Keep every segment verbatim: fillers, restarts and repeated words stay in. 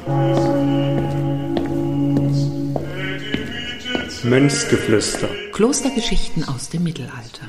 Mönchsgeflüster. Klostergeschichten aus dem Mittelalter.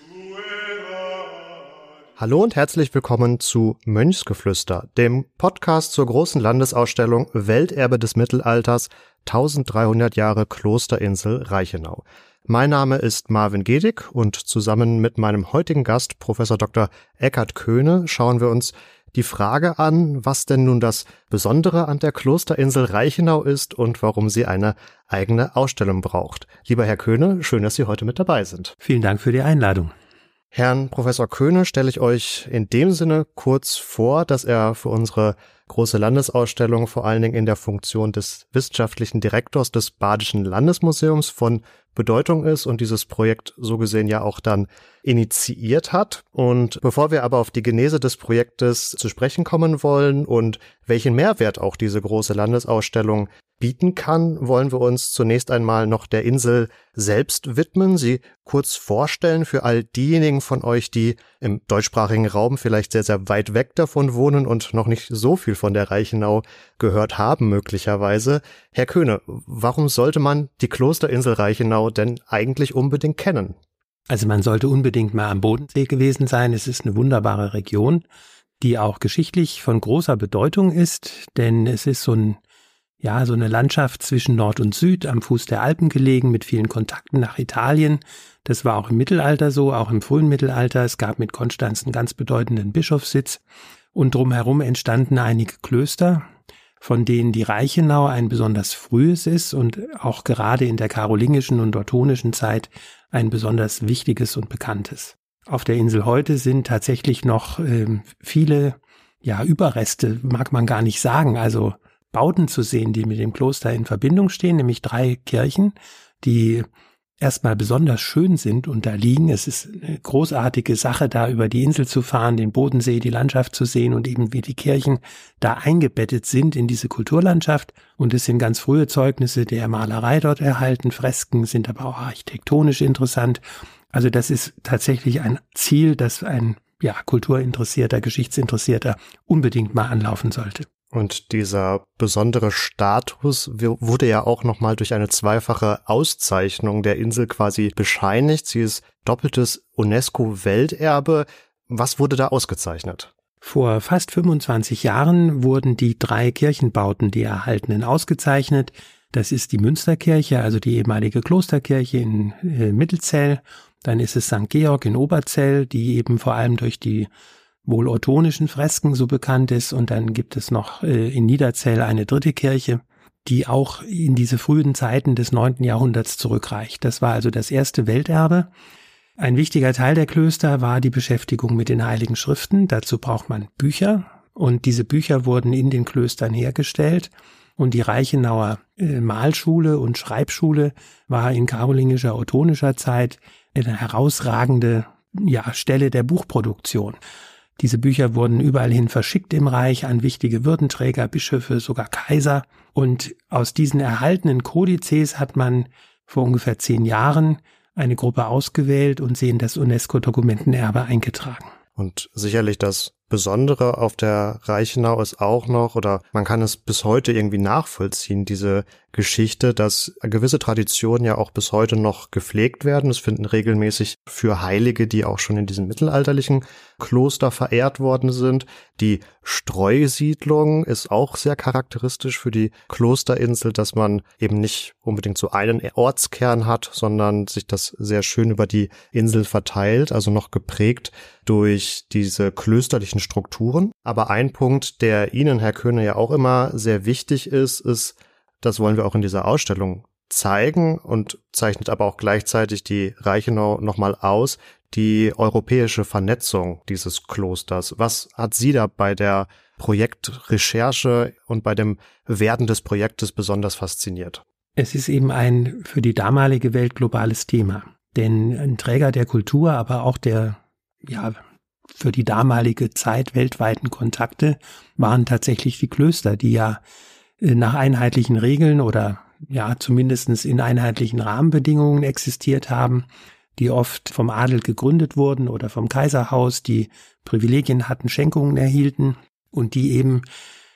Hallo und herzlich willkommen zu Mönchsgeflüster, dem Podcast zur großen Landesausstellung Welterbe des Mittelalters dreizehnhundert Jahre Klosterinsel Reichenau. Mein Name ist Marvin Gedig und zusammen mit meinem heutigen Gast, Professor Doktor Eckart Köhne, schauen wir uns die Frage an, was denn nun das Besondere an der Klosterinsel Reichenau ist und warum sie eine eigene Ausstellung braucht. Lieber Herr Köhne, schön, dass Sie heute mit dabei sind. Vielen Dank für die Einladung. Herrn Professor Köhne stelle ich euch in dem Sinne kurz vor, dass er für unsere große Landesausstellung vor allen Dingen in der Funktion des wissenschaftlichen Direktors des Badischen Landesmuseums von Bedeutung ist und dieses Projekt so gesehen ja auch dann initiiert hat. Und bevor wir aber auf die Genese des Projektes zu sprechen kommen wollen und welchen Mehrwert auch diese große Landesausstellung bieten kann, wollen wir uns zunächst einmal noch der Insel selbst widmen, sie kurz vorstellen für all diejenigen von euch, die im deutschsprachigen Raum vielleicht sehr, sehr weit weg davon wohnen und noch nicht so viel von der Reichenau gehört haben möglicherweise. Herr Köhne, warum sollte man die Klosterinsel Reichenau denn eigentlich unbedingt kennen? Also man sollte unbedingt mal am Bodensee gewesen sein. Es ist eine wunderbare Region, die auch geschichtlich von großer Bedeutung ist, denn es ist so ein Ja, so eine Landschaft zwischen Nord und Süd, am Fuß der Alpen gelegen, mit vielen Kontakten nach Italien. Das war auch im Mittelalter so, auch im frühen Mittelalter. Es gab mit Konstanz einen ganz bedeutenden Bischofssitz und drumherum entstanden einige Klöster, von denen die Reichenau ein besonders frühes ist und auch gerade in der karolingischen und ottonischen Zeit ein besonders wichtiges und bekanntes. Auf der Insel heute sind tatsächlich noch äh, viele ja, Überreste, mag man gar nicht sagen, also Bauten zu sehen, die mit dem Kloster in Verbindung stehen, nämlich drei Kirchen, die erstmal besonders schön sind und da liegen. Es ist eine großartige Sache, da über die Insel zu fahren, den Bodensee, die Landschaft zu sehen und eben wie die Kirchen da eingebettet sind in diese Kulturlandschaft. Und es sind ganz frühe Zeugnisse der Malerei dort erhalten. Fresken sind aber auch architektonisch interessant. Also das ist tatsächlich ein Ziel, das ein ja, kulturinteressierter, geschichtsinteressierter unbedingt mal anlaufen sollte. Und dieser besondere Status wurde ja auch nochmal durch eine zweifache Auszeichnung der Insel quasi bescheinigt. Sie ist doppeltes UNESCO-Welterbe. Was wurde da ausgezeichnet? Vor fast fünfundzwanzig Jahren wurden die drei Kirchenbauten, die erhaltenen, ausgezeichnet. Das ist die Münsterkirche, also die ehemalige Klosterkirche in äh, Mittelzell. Dann ist es Sankt Georg in Oberzell, die eben vor allem durch die wohl ottonischen Fresken so bekannt ist. Und dann gibt es noch äh, in Niederzell eine dritte Kirche, die auch in diese frühen Zeiten des neunten Jahrhunderts zurückreicht. Das war also das erste Welterbe. Ein wichtiger Teil der Klöster war die Beschäftigung mit den Heiligen Schriften. Dazu braucht man Bücher und diese Bücher wurden in den Klöstern hergestellt. Und die Reichenauer äh, Malschule und Schreibschule war in karolingischer, ottonischer Zeit eine herausragende ja, Stelle der Buchproduktion. Diese Bücher wurden überall hin verschickt im Reich an wichtige Würdenträger, Bischöfe, sogar Kaiser. Und aus diesen erhaltenen Kodizes hat man vor ungefähr zehn Jahren eine Gruppe ausgewählt und sie in das UNESCO-Dokumentenerbe eingetragen. Und sicherlich das Besondere auf der Reichenau ist auch noch, oder man kann es bis heute irgendwie nachvollziehen, diese Geschichte, dass gewisse Traditionen ja auch bis heute noch gepflegt werden. Es finden regelmäßig für Heilige, die auch schon in diesem mittelalterlichen Kloster verehrt worden sind. Die Streusiedlung ist auch sehr charakteristisch für die Klosterinsel, dass man eben nicht unbedingt so einen Ortskern hat, sondern sich das sehr schön über die Insel verteilt, also noch geprägt durch diese klösterlichen Strukturen. Aber ein Punkt, der Ihnen, Herr Köhne, ja auch immer sehr wichtig ist, ist, das wollen wir auch in dieser Ausstellung zeigen und zeichnet aber auch gleichzeitig die Reichenau nochmal aus, die europäische Vernetzung dieses Klosters. Was hat Sie da bei der Projektrecherche und bei dem Werden des Projektes besonders fasziniert? Es ist eben ein für die damalige Welt globales Thema. Denn ein Träger der Kultur, aber auch der ja für die damalige Zeit weltweiten Kontakte waren tatsächlich die Klöster, die ja nach einheitlichen Regeln oder ja zumindest in einheitlichen Rahmenbedingungen existiert haben, die oft vom Adel gegründet wurden oder vom Kaiserhaus, die Privilegien hatten, Schenkungen erhielten und die eben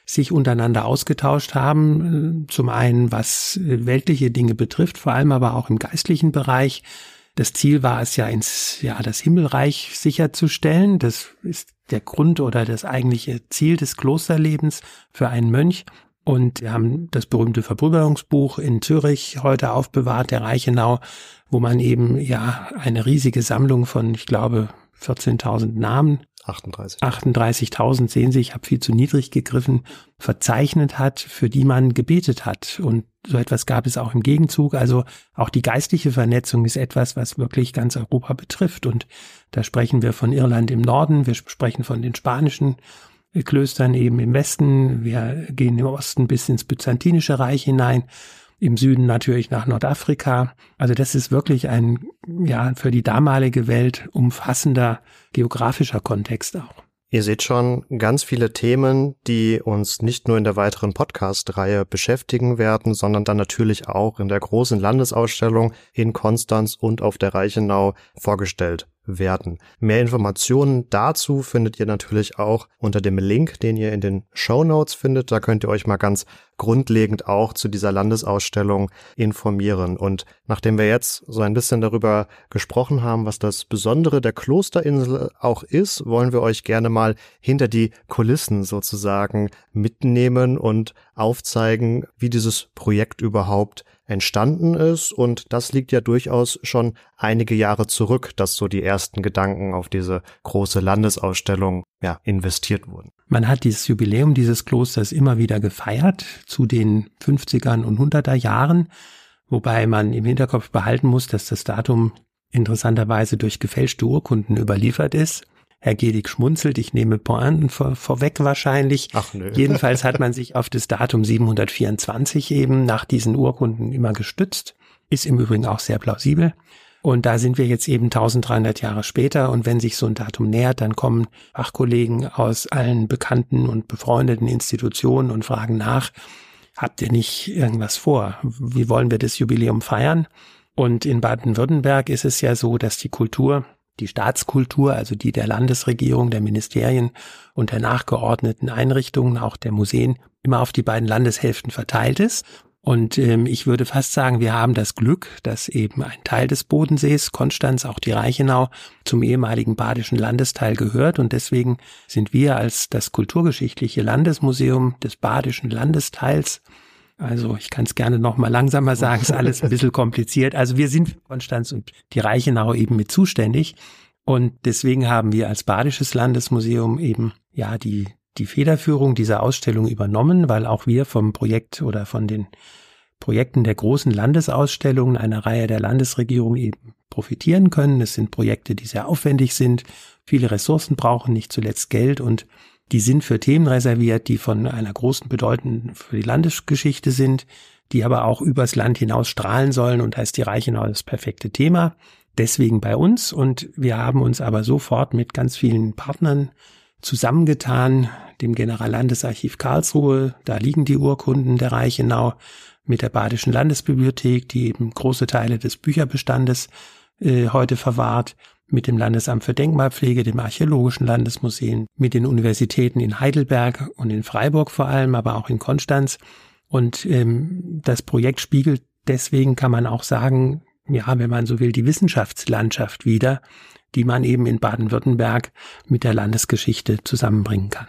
sich untereinander ausgetauscht haben. Zum einen, was weltliche Dinge betrifft, vor allem aber auch im geistlichen Bereich. Das Ziel war es ja, ins, ja, das Himmelreich sicherzustellen. Das ist der Grund oder das eigentliche Ziel des Klosterlebens für einen Mönch. Und wir haben das berühmte Verbrüderungsbuch in Zürich heute aufbewahrt, der Reichenau, wo man eben, ja, eine riesige Sammlung von, ich glaube, vierzehntausend Namen, achtunddreißig. achtunddreißigtausend, sehen Sie, ich habe viel zu niedrig gegriffen, verzeichnet hat, für die man gebetet hat. Und so etwas gab es auch im Gegenzug. Also auch die geistliche Vernetzung ist etwas, was wirklich ganz Europa betrifft. Und da sprechen wir von Irland im Norden, wir sprechen von den spanischen Klöstern eben im Westen, wir gehen im Osten bis ins Byzantinische Reich hinein, im Süden natürlich nach Nordafrika. Also das ist wirklich ein, ja, für die damalige Welt umfassender geografischer Kontext auch. Ihr seht schon ganz viele Themen, die uns nicht nur in der weiteren Podcast-Reihe beschäftigen werden, sondern dann natürlich auch in der großen Landesausstellung in Konstanz und auf der Reichenau vorgestellt werden. Mehr Informationen dazu findet ihr natürlich auch unter dem Link, den ihr in den Shownotes findet. Da könnt ihr euch mal ganz grundlegend auch zu dieser Landesausstellung informieren. Und nachdem wir jetzt so ein bisschen darüber gesprochen haben, was das Besondere der Klosterinsel auch ist, wollen wir euch gerne mal hinter die Kulissen sozusagen mitnehmen und aufzeigen, wie dieses Projekt überhaupt entstanden ist. Und das liegt ja durchaus schon einige Jahre zurück, dass so die ersten Gedanken auf diese große Landesausstellung ja investiert wurden. Man hat dieses Jubiläum dieses Klosters immer wieder gefeiert zu den fünfzigern und hunderter Jahren, wobei man im Hinterkopf behalten muss, dass das Datum interessanterweise durch gefälschte Urkunden überliefert ist. Herr Gedig schmunzelt, ich nehme Pointen vor, vorweg wahrscheinlich. Ach nö. Jedenfalls hat man sich auf das Datum siebenhundertvierundzwanzig eben nach diesen Urkunden immer gestützt. Ist im Übrigen auch sehr plausibel. Und da sind wir jetzt eben dreizehnhundert Jahre später. Und wenn sich so ein Datum nähert, dann kommen Fachkollegen aus allen bekannten und befreundeten Institutionen und fragen nach, habt ihr nicht irgendwas vor? Wie wollen wir das Jubiläum feiern? Und in Baden-Württemberg ist es ja so, dass die Kultur, die Staatskultur, also die der Landesregierung, der Ministerien und der nachgeordneten Einrichtungen, auch der Museen, immer auf die beiden Landeshälften verteilt ist. Und ähm, ich würde fast sagen, wir haben das Glück, dass eben ein Teil des Bodensees, Konstanz, auch die Reichenau, zum ehemaligen badischen Landesteil gehört. Und deswegen sind wir als das kulturgeschichtliche Landesmuseum des badischen Landesteils, also ich kann es gerne noch mal langsamer sagen, ist alles ein bisschen kompliziert. Also wir sind für Konstanz und die Reichenau eben mit zuständig. Und deswegen haben wir als badisches Landesmuseum eben ja die die Federführung dieser Ausstellung übernommen, weil auch wir vom Projekt oder von den Projekten der großen Landesausstellungen einer Reihe der Landesregierung eben profitieren können. Es sind Projekte, die sehr aufwendig sind, viele Ressourcen brauchen, nicht zuletzt Geld, und die sind für Themen reserviert, die von einer großen Bedeutung für die Landesgeschichte sind, die aber auch übers Land hinaus strahlen sollen, und da ist die Reichenau das perfekte Thema. Deswegen bei uns, und wir haben uns aber sofort mit ganz vielen Partnern zusammengetan, dem Generallandesarchiv Karlsruhe, da liegen die Urkunden der Reichenau, mit der Badischen Landesbibliothek, die eben große Teile des Bücherbestandes äh, heute verwahrt, mit dem Landesamt für Denkmalpflege, dem Archäologischen Landesmuseum, mit den Universitäten in Heidelberg und in Freiburg vor allem, aber auch in Konstanz. Und ähm, das Projekt spiegelt deswegen, kann man auch sagen, ja, wenn man so will, die Wissenschaftslandschaft wider, die man eben in Baden-Württemberg mit der Landesgeschichte zusammenbringen kann.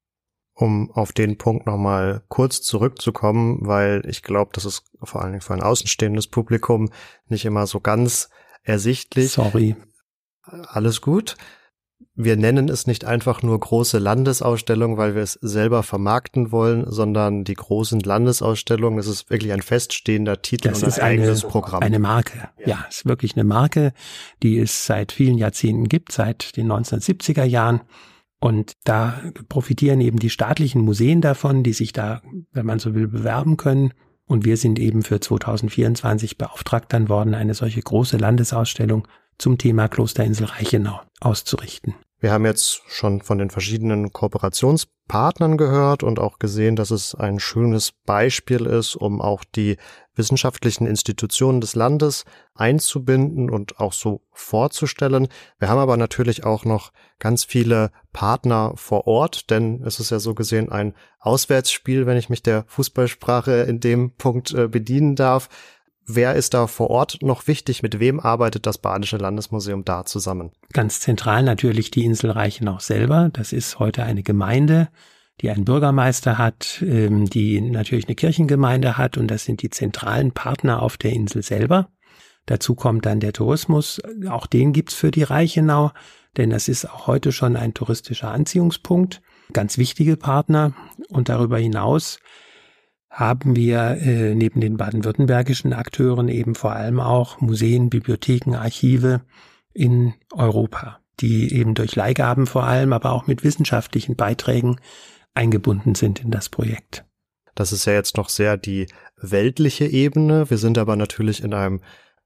Um auf den Punkt nochmal kurz zurückzukommen, weil ich glaube, das ist vor allen Dingen für ein außenstehendes Publikum nicht immer so ganz ersichtlich. Sorry. Alles gut. Wir nennen es nicht einfach nur große Landesausstellung, weil wir es selber vermarkten wollen, sondern die großen Landesausstellungen, es ist wirklich ein feststehender Titel das und ein ist eigenes eine, Programm. Eine Marke, ja. ja, ist wirklich eine Marke, die es seit vielen Jahrzehnten gibt, seit den neunzehnhundertsiebziger Jahren. Und da profitieren eben die staatlichen Museen davon, die sich da, wenn man so will, bewerben können. Und wir sind eben für zweitausendvierundzwanzig beauftragt dann worden, eine solche große Landesausstellung zum Thema Klosterinsel Reichenau auszurichten. Wir haben jetzt schon von den verschiedenen Kooperationspartnern gehört und auch gesehen, dass es ein schönes Beispiel ist, um auch die wissenschaftlichen Institutionen des Landes einzubinden und auch so vorzustellen. Wir haben aber natürlich auch noch ganz viele Partner vor Ort, denn es ist ja so gesehen ein Auswärtsspiel, wenn ich mich der Fußballsprache in dem Punkt äh, bedienen darf. Wer ist da vor Ort noch wichtig? Mit wem arbeitet das Badische Landesmuseum da zusammen? Ganz zentral natürlich die Insel Reichenau selber. Das ist heute eine Gemeinde, die einen Bürgermeister hat, die natürlich eine Kirchengemeinde hat, und das sind die zentralen Partner auf der Insel selber. Dazu kommt dann der Tourismus. Auch den gibt's für die Reichenau, denn das ist auch heute schon ein touristischer Anziehungspunkt. Ganz wichtige Partner. Und darüber hinaus haben wir äh, neben den baden-württembergischen Akteuren eben vor allem auch Museen, Bibliotheken, Archive in Europa, die eben durch Leihgaben vor allem, aber auch mit wissenschaftlichen Beiträgen eingebunden sind in das Projekt. Das ist ja jetzt noch sehr die weltliche Ebene. Wir sind aber natürlich in einem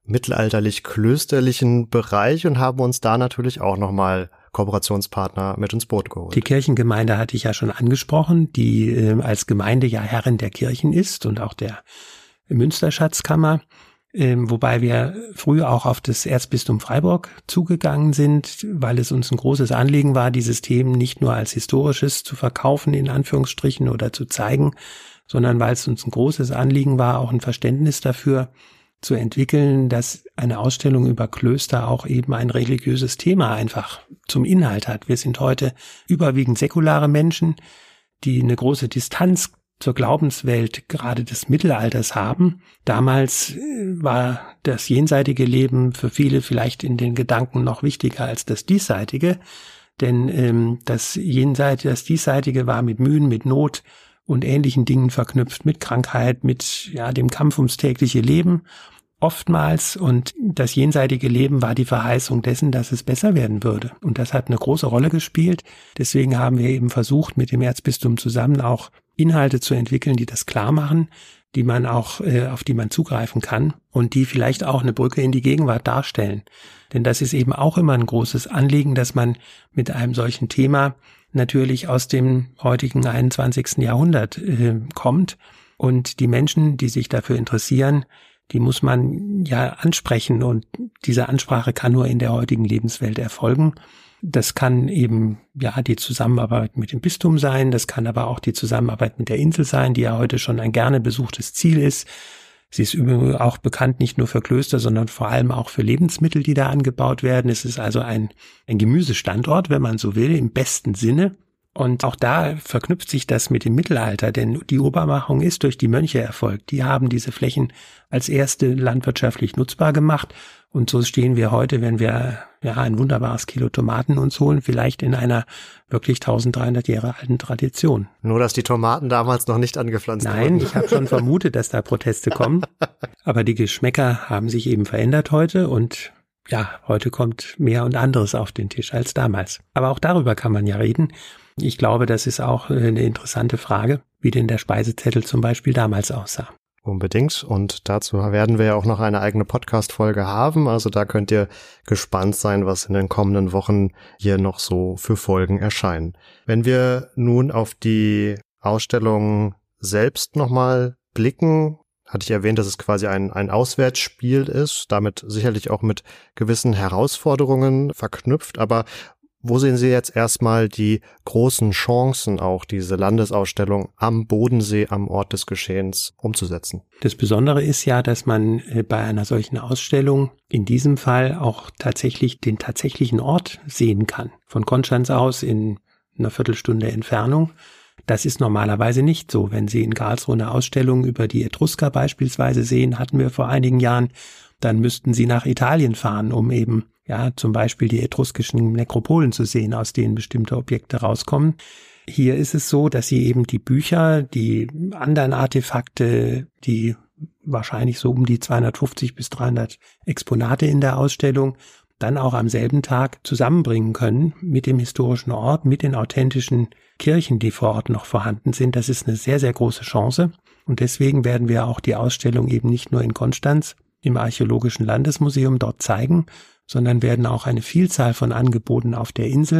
mittelalterlich-klösterlichen Bereich und haben uns da natürlich auch nochmal Kooperationspartner mit ins Boot geholt. Die Kirchengemeinde hatte ich ja schon angesprochen, die äh, als Gemeinde ja Herrin der Kirchen ist und auch der Münsterschatzkammer, äh, wobei wir früher auch auf das Erzbistum Freiburg zugegangen sind, weil es uns ein großes Anliegen war, dieses Thema nicht nur als historisches zu verkaufen, in Anführungsstrichen, oder zu zeigen, sondern weil es uns ein großes Anliegen war, auch ein Verständnis dafür zu entwickeln, dass eine Ausstellung über Klöster auch eben ein religiöses Thema einfach zum Inhalt hat. Wir sind heute überwiegend säkulare Menschen, die eine große Distanz zur Glaubenswelt gerade des Mittelalters haben. Damals war das jenseitige Leben für viele vielleicht in den Gedanken noch wichtiger als das diesseitige, denn ähm, das jenseitige, das diesseitige war mit Mühen, mit Not und ähnlichen Dingen verknüpft, mit Krankheit, mit ja dem Kampf ums tägliche Leben oftmals, und das jenseitige Leben war die Verheißung dessen, dass es besser werden würde, und das hat eine große Rolle gespielt. Deswegen haben wir eben versucht, mit dem Erzbistum zusammen auch Inhalte zu entwickeln, die das klar machen, die man auch äh, auf die man zugreifen kann und die vielleicht auch eine Brücke in die Gegenwart darstellen. Denn das ist eben auch immer ein großes Anliegen, dass man mit einem solchen Thema natürlich aus dem heutigen einundzwanzigsten Jahrhundert äh, kommt, und die Menschen, die sich dafür interessieren, die muss man ja ansprechen, und diese Ansprache kann nur in der heutigen Lebenswelt erfolgen. Das kann eben ja die Zusammenarbeit mit dem Bistum sein, das kann aber auch die Zusammenarbeit mit der Insel sein, die ja heute schon ein gerne besuchtes Ziel ist. Sie ist übrigens auch bekannt nicht nur für Klöster, sondern vor allem auch für Lebensmittel, die da angebaut werden. Es ist also ein, ein Gemüsestandort, wenn man so will, im besten Sinne. Und auch da verknüpft sich das mit dem Mittelalter, denn die Obermachung ist durch die Mönche erfolgt. Die haben diese Flächen als erste landwirtschaftlich nutzbar gemacht. Und so stehen wir heute, wenn wir ja ein wunderbares Kilo Tomaten uns holen, vielleicht in einer wirklich dreizehnhundert Jahre alten Tradition. Nur, dass die Tomaten damals noch nicht angepflanzt wurden. Nein, ich habe schon vermutet, dass da Proteste kommen. Aber die Geschmäcker haben sich eben verändert heute, und ja, heute kommt mehr und anderes auf den Tisch als damals. Aber auch darüber kann man ja reden. Ich glaube, das ist auch eine interessante Frage, wie denn der Speisezettel zum Beispiel damals aussah. Unbedingt. Und dazu werden wir ja auch noch eine eigene Podcast-Folge haben. Also da könnt ihr gespannt sein, was in den kommenden Wochen hier noch so für Folgen erscheinen. Wenn wir nun auf die Ausstellung selbst nochmal blicken, hatte ich erwähnt, dass es quasi ein, ein Auswärtsspiel ist, damit sicherlich auch mit gewissen Herausforderungen verknüpft. Aber wo sehen Sie jetzt erstmal die großen Chancen, auch diese Landesausstellung am Bodensee, am Ort des Geschehens umzusetzen? Das Besondere ist ja, dass man bei einer solchen Ausstellung in diesem Fall auch tatsächlich den tatsächlichen Ort sehen kann. Von Konstanz aus in einer Viertelstunde Entfernung. Das ist normalerweise nicht so. Wenn Sie in Karlsruhe eine Ausstellung über die Etrusker beispielsweise sehen, hatten wir vor einigen Jahren, dann müssten Sie nach Italien fahren, um eben ja zum Beispiel die etruskischen Nekropolen zu sehen, aus denen bestimmte Objekte rauskommen. Hier ist es so, dass Sie eben die Bücher, die anderen Artefakte, die wahrscheinlich so um die zweihundertfünfzig bis dreihundert Exponate in der Ausstellung, dann auch am selben Tag zusammenbringen können mit dem historischen Ort, mit den authentischen Kirchen, die vor Ort noch vorhanden sind. Das ist eine sehr, sehr große Chance. Und deswegen werden wir auch die Ausstellung eben nicht nur in Konstanz im Archäologischen Landesmuseum dort zeigen, sondern werden auch eine Vielzahl von Angeboten auf der Insel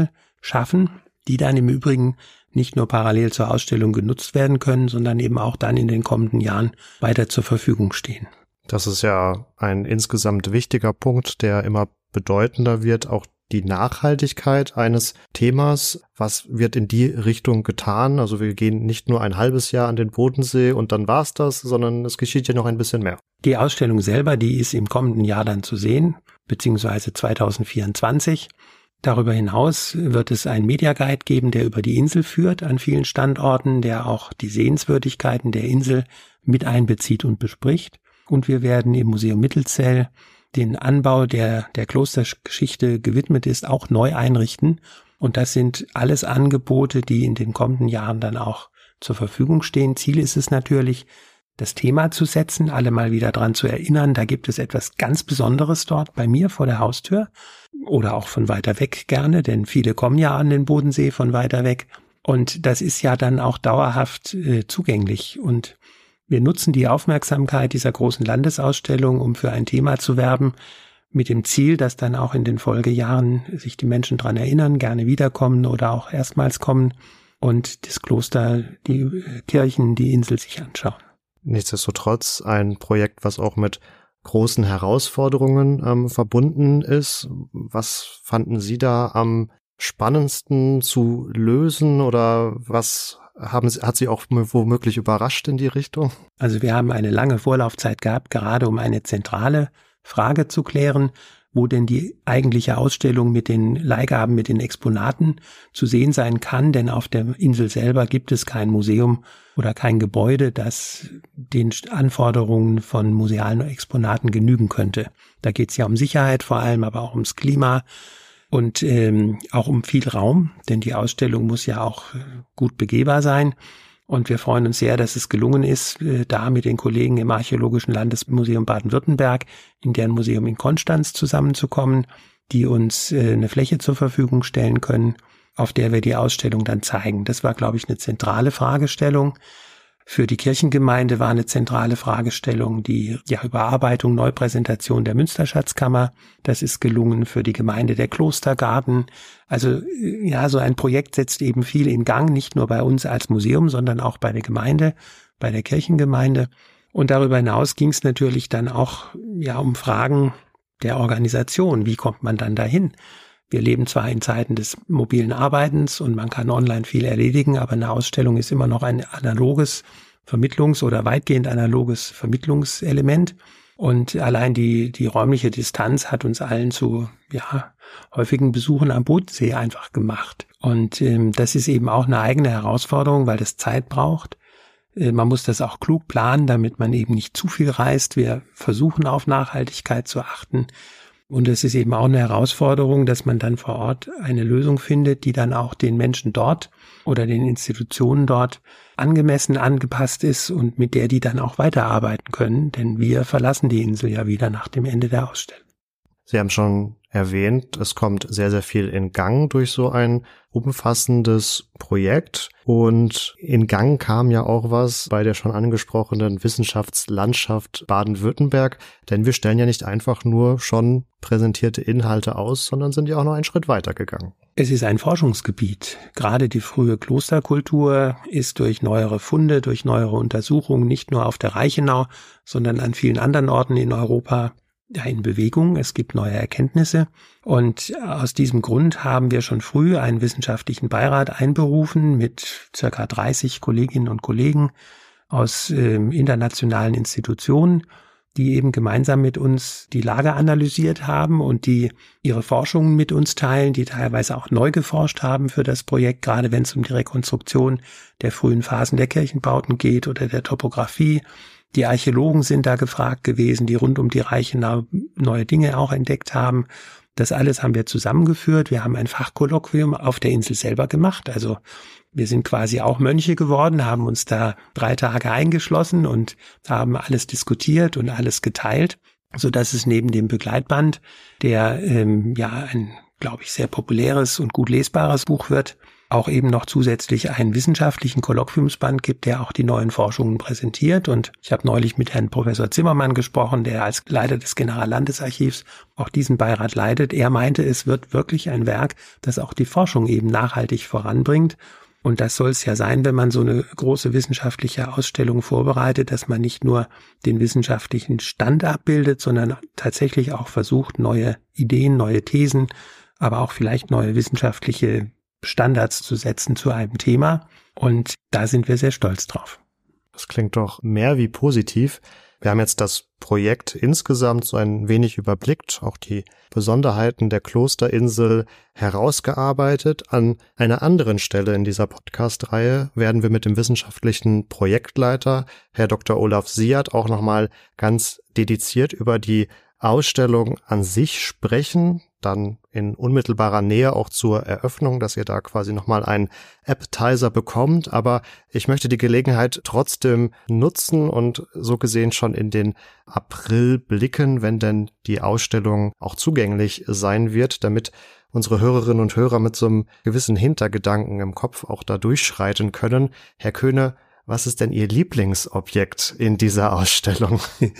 schaffen, die dann im Übrigen nicht nur parallel zur Ausstellung genutzt werden können, sondern eben auch dann in den kommenden Jahren weiter zur Verfügung stehen. Das ist ja ein insgesamt wichtiger Punkt, der immer bedeutender wird, auch die Nachhaltigkeit eines Themas. Was wird in die Richtung getan? Also wir gehen nicht nur ein halbes Jahr an den Bodensee und dann war's das, sondern es geschieht ja noch ein bisschen mehr. Die Ausstellung selber, die ist im kommenden Jahr dann zu sehen, beziehungsweise zwanzig vierundzwanzig. Darüber hinaus wird es einen Media-Guide geben, der über die Insel führt an vielen Standorten, der auch die Sehenswürdigkeiten der Insel mit einbezieht und bespricht. Und wir werden im Museum Mittelzell den Anbau, der der Klostergeschichte gewidmet ist, auch neu einrichten. Und das sind alles Angebote, die in den kommenden Jahren dann auch zur Verfügung stehen. Ziel ist es natürlich, das Thema zu setzen, alle mal wieder dran zu erinnern. Da gibt es etwas ganz Besonderes dort bei mir vor der Haustür oder auch von weiter weg gerne, denn viele kommen ja an den Bodensee von weiter weg. Und das ist ja dann auch dauerhaft äh, zugänglich. Und wir nutzen die Aufmerksamkeit dieser großen Landesausstellung, um für ein Thema zu werben, mit dem Ziel, dass dann auch in den Folgejahren sich die Menschen dran erinnern, gerne wiederkommen oder auch erstmals kommen und das Kloster, die Kirchen, die Insel sich anschauen. Nichtsdestotrotz ein Projekt, was auch mit großen Herausforderungen ähm, verbunden ist. Was fanden Sie da am spannendsten zu lösen oder was haben Sie, hat Sie auch womöglich überrascht in die Richtung? Also wir haben eine lange Vorlaufzeit gehabt, gerade um eine zentrale Frage zu klären, wo denn die eigentliche Ausstellung mit den Leihgaben, mit den Exponaten zu sehen sein kann, denn auf der Insel selber gibt es kein Museum oder kein Gebäude, das den Anforderungen von musealen Exponaten genügen könnte. Da geht es ja um Sicherheit vor allem, aber auch ums Klima und ähm, auch um viel Raum, denn die Ausstellung muss ja auch gut begehbar sein. Und wir freuen uns sehr, dass es gelungen ist, da mit den Kollegen im Archäologischen Landesmuseum Baden-Württemberg in deren Museum in Konstanz zusammenzukommen, die uns eine Fläche zur Verfügung stellen können, auf der wir die Ausstellung dann zeigen. Das war, glaube ich, eine zentrale Fragestellung. Für die Kirchengemeinde war eine zentrale Fragestellung die ja, Überarbeitung, Neupräsentation der Münsterschatzkammer. Das ist gelungen für die Gemeinde der Klostergarten. Also ja, so ein Projekt setzt eben viel in Gang, nicht nur bei uns als Museum, sondern auch bei der Gemeinde, bei der Kirchengemeinde. Und darüber hinaus ging es natürlich dann auch ja um Fragen der Organisation. Wie kommt man dann dahin? Wir leben zwar in Zeiten des mobilen Arbeitens und man kann online viel erledigen, aber eine Ausstellung ist immer noch ein analoges Vermittlungs- oder weitgehend analoges Vermittlungselement. Und allein die, die räumliche Distanz hat uns allen zu ja, häufigen Besuchen am Bodensee einfach gemacht. Und ähm, das ist eben auch eine eigene Herausforderung, weil das Zeit braucht. Äh, man muss das auch klug planen, damit man eben nicht zu viel reist. Wir versuchen auf Nachhaltigkeit zu achten. Und es ist eben auch eine Herausforderung, dass man dann vor Ort eine Lösung findet, die dann auch den Menschen dort oder den Institutionen dort angemessen angepasst ist und mit der die dann auch weiterarbeiten können. Denn wir verlassen die Insel ja wieder nach dem Ende der Ausstellung. Sie haben schon erwähnt, es kommt sehr, sehr viel in Gang durch so ein umfassendes Projekt. Und in Gang kam ja auch was bei der schon angesprochenen Wissenschaftslandschaft Baden-Württemberg. Denn wir stellen ja nicht einfach nur schon präsentierte Inhalte aus, sondern sind ja auch noch einen Schritt weiter gegangen. Es ist ein Forschungsgebiet. Gerade die frühe Klosterkultur ist durch neuere Funde, durch neuere Untersuchungen nicht nur auf der Reichenau, sondern an vielen anderen Orten in Europa ja, in Bewegung. Es gibt neue Erkenntnisse und aus diesem Grund haben wir schon früh einen wissenschaftlichen Beirat einberufen mit circa dreißig Kolleginnen und Kollegen aus äh, internationalen Institutionen, die eben gemeinsam mit uns die Lage analysiert haben und die ihre Forschungen mit uns teilen, die teilweise auch neu geforscht haben für das Projekt, gerade wenn es um die Rekonstruktion der frühen Phasen der Kirchenbauten geht oder der Topographie. Die Archäologen sind da gefragt gewesen, die rund um die Reichenau neue Dinge auch entdeckt haben. Das alles haben wir zusammengeführt. Wir haben ein Fachkolloquium auf der Insel selber gemacht. Also wir sind quasi auch Mönche geworden, haben uns da drei Tage eingeschlossen und haben alles diskutiert und alles geteilt, so dass es neben dem Begleitband, der ähm, ja ein glaube ich, sehr populäres und gut lesbares Buch wird, auch eben noch zusätzlich einen wissenschaftlichen Kolloquiumsband gibt, der auch die neuen Forschungen präsentiert. Und ich habe neulich mit Herrn Professor Zimmermann gesprochen, der als Leiter des Generallandesarchivs auch diesen Beirat leitet. Er meinte, es wird wirklich ein Werk, das auch die Forschung eben nachhaltig voranbringt. Und das soll es ja sein, wenn man so eine große wissenschaftliche Ausstellung vorbereitet, dass man nicht nur den wissenschaftlichen Stand abbildet, sondern tatsächlich auch versucht, neue Ideen, neue Thesen, aber auch vielleicht neue wissenschaftliche Standards zu setzen zu einem Thema. Und da sind wir sehr stolz drauf. Das klingt doch mehr wie positiv. Wir haben jetzt das Projekt insgesamt so ein wenig überblickt, auch die Besonderheiten der Klosterinsel herausgearbeitet. An einer anderen Stelle in dieser Podcast-Reihe werden wir mit dem wissenschaftlichen Projektleiter, Herr Doktor Olaf Siert, auch nochmal ganz dediziert über die Ausstellung an sich sprechen, dann in unmittelbarer Nähe auch zur Eröffnung, dass ihr da quasi nochmal einen Appetizer bekommt. Aber ich möchte die Gelegenheit trotzdem nutzen und so gesehen schon in den April blicken, wenn denn die Ausstellung auch zugänglich sein wird, damit unsere Hörerinnen und Hörer mit so einem gewissen Hintergedanken im Kopf auch da durchschreiten können. Herr Köhne, was ist denn Ihr Lieblingsobjekt in dieser Ausstellung?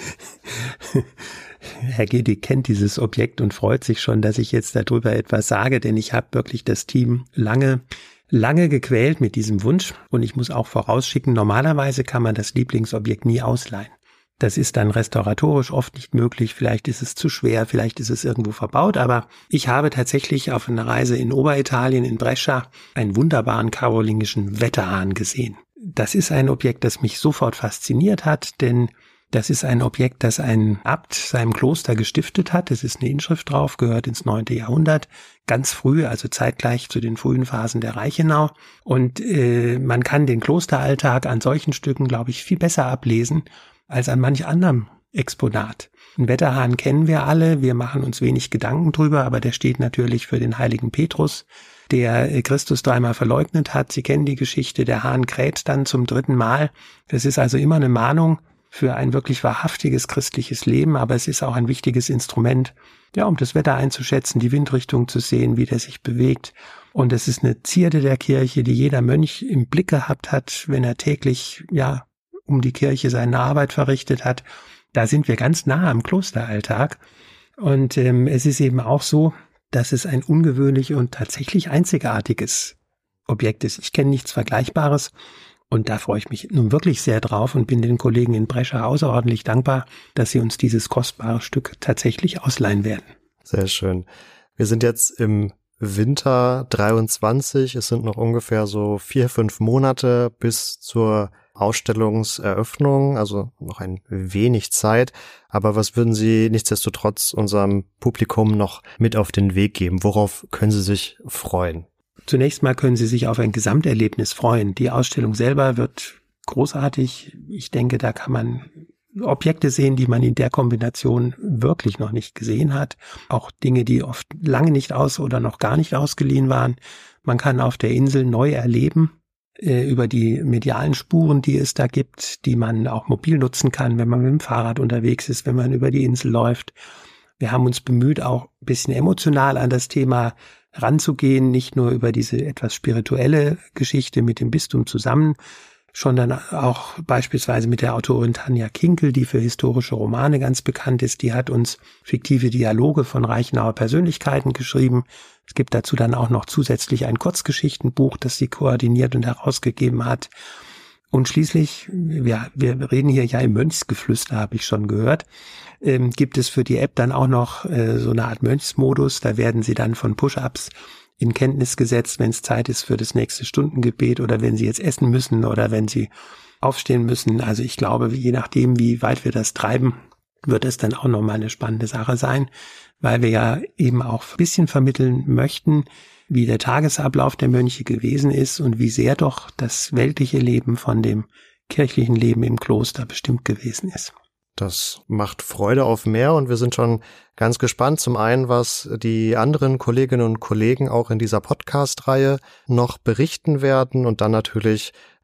Herr Gedig kennt dieses Objekt und freut sich schon, dass ich jetzt darüber etwas sage, denn ich habe wirklich das Team lange, lange gequält mit diesem Wunsch. Und ich muss auch vorausschicken, normalerweise kann man das Lieblingsobjekt nie ausleihen. Das ist dann restauratorisch oft nicht möglich, vielleicht ist es zu schwer, vielleicht ist es irgendwo verbaut, aber ich habe tatsächlich auf einer Reise in Oberitalien, in Brescia, einen wunderbaren karolingischen Wetterhahn gesehen. Das ist ein Objekt, das mich sofort fasziniert hat, denn das ist ein Objekt, das ein Abt seinem Kloster gestiftet hat. Es ist eine Inschrift drauf, gehört ins neunte Jahrhundert, ganz früh, also zeitgleich zu den frühen Phasen der Reichenau. Und äh, man kann den Klosteralltag an solchen Stücken, glaube ich, viel besser ablesen als an manch anderem Exponat. Einen Wetterhahn kennen wir alle, wir machen uns wenig Gedanken drüber, aber der steht natürlich für den heiligen Petrus, der Christus dreimal verleugnet hat. Sie kennen die Geschichte, der Hahn kräht dann zum dritten Mal. Das ist also immer eine Mahnung für ein wirklich wahrhaftiges christliches Leben, aber es ist auch ein wichtiges Instrument, ja, um das Wetter einzuschätzen, die Windrichtung zu sehen, wie der sich bewegt. Und es ist eine Zierde der Kirche, die jeder Mönch im Blick gehabt hat, wenn er täglich, ja, um die Kirche seine Arbeit verrichtet hat. Da sind wir ganz nah am Klosteralltag. Und ähm, es ist eben auch so, dass es ein ungewöhnlich und tatsächlich einzigartiges Objekt ist. Ich kenne nichts Vergleichbares. Und da freue ich mich nun wirklich sehr drauf und bin den Kollegen in Brescia außerordentlich dankbar, dass sie uns dieses kostbare Stück tatsächlich ausleihen werden. Sehr schön. Wir sind jetzt im Winter dreiundzwanzig. Es sind noch ungefähr so vier, fünf Monate bis zur Ausstellungseröffnung, also noch ein wenig Zeit. Aber was würden Sie nichtsdestotrotz unserem Publikum noch mit auf den Weg geben? Worauf können Sie sich freuen? Zunächst mal können Sie sich auf ein Gesamterlebnis freuen. Die Ausstellung selber wird großartig. Ich denke, da kann man Objekte sehen, die man in der Kombination wirklich noch nicht gesehen hat. Auch Dinge, die oft lange nicht aus oder noch gar nicht ausgeliehen waren. Man kann auf der Insel neu erleben äh, über die medialen Spuren, die es da gibt, die man auch mobil nutzen kann, wenn man mit dem Fahrrad unterwegs ist, wenn man über die Insel läuft. Wir haben uns bemüht, auch ein bisschen emotional an das Thema ranzugehen, nicht nur über diese etwas spirituelle Geschichte mit dem Bistum zusammen, sondern auch beispielsweise mit der Autorin Tanja Kinkel, die für historische Romane ganz bekannt ist. Die hat uns fiktive Dialoge von Reichenauer Persönlichkeiten geschrieben. Es gibt dazu dann auch noch zusätzlich ein Kurzgeschichtenbuch, das sie koordiniert und herausgegeben hat. Und schließlich, ja, wir reden hier ja im Mönchsgeflüster, habe ich schon gehört, ähm, gibt es für die App dann auch noch äh, so eine Art Mönchsmodus. Da werden sie dann von Push-Ups in Kenntnis gesetzt, wenn es Zeit ist für das nächste Stundengebet oder wenn sie jetzt essen müssen oder wenn sie aufstehen müssen. Also ich glaube, je nachdem, wie weit wir das treiben, wird es dann auch nochmal eine spannende Sache sein, weil wir ja eben auch ein bisschen vermitteln möchten, wie der Tagesablauf der Mönche gewesen ist und wie sehr doch das weltliche Leben von dem kirchlichen Leben im Kloster bestimmt gewesen ist. Das macht Freude auf mehr und wir sind schon ganz gespannt. Zum einen, was die anderen Kolleginnen und Kollegen auch in dieser Podcast-Reihe noch berichten werden und dann natürlich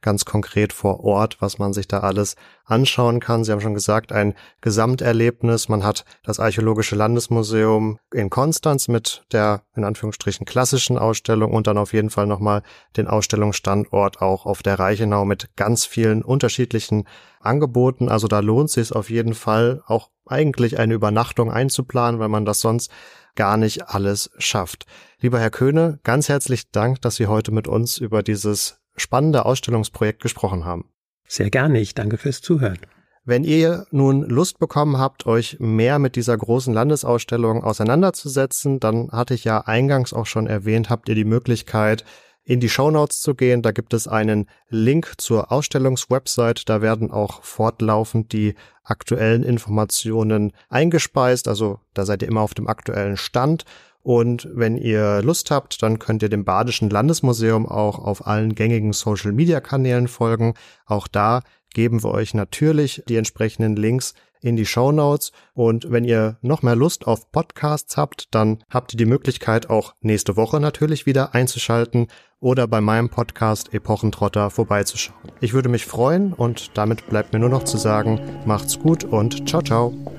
ganz konkret vor Ort, was man sich da alles anschauen kann. Sie haben schon gesagt, ein Gesamterlebnis. Man hat das Archäologische Landesmuseum in Konstanz mit der in Anführungsstrichen klassischen Ausstellung und dann auf jeden Fall nochmal den Ausstellungsstandort auch auf der Reichenau mit ganz vielen unterschiedlichen Angeboten. Also da lohnt es sich auf jeden Fall auch eigentlich eine Übernachtung einzuplanen, weil man das sonst gar nicht alles schafft. Lieber Herr Köhne, ganz herzlichen Dank, dass Sie heute mit uns über dieses spannende Ausstellungsprojekt gesprochen haben. Sehr gerne, ich danke fürs Zuhören. Wenn ihr nun Lust bekommen habt, euch mehr mit dieser großen Landesausstellung auseinanderzusetzen, dann hatte ich ja eingangs auch schon erwähnt, habt ihr die Möglichkeit, in die Shownotes zu gehen. Da gibt es einen Link zur Ausstellungswebsite. Da werden auch fortlaufend die aktuellen Informationen eingespeist. Also da seid ihr immer auf dem aktuellen Stand. Und wenn ihr Lust habt, dann könnt ihr dem Badischen Landesmuseum auch auf allen gängigen Social-Media-Kanälen folgen. Auch da geben wir euch natürlich die entsprechenden Links in die Shownotes. Und wenn ihr noch mehr Lust auf Podcasts habt, dann habt ihr die Möglichkeit, auch nächste Woche natürlich wieder einzuschalten oder bei meinem Podcast Epochentrotter vorbeizuschauen. Ich würde mich freuen und damit bleibt mir nur noch zu sagen, macht's gut und ciao, ciao.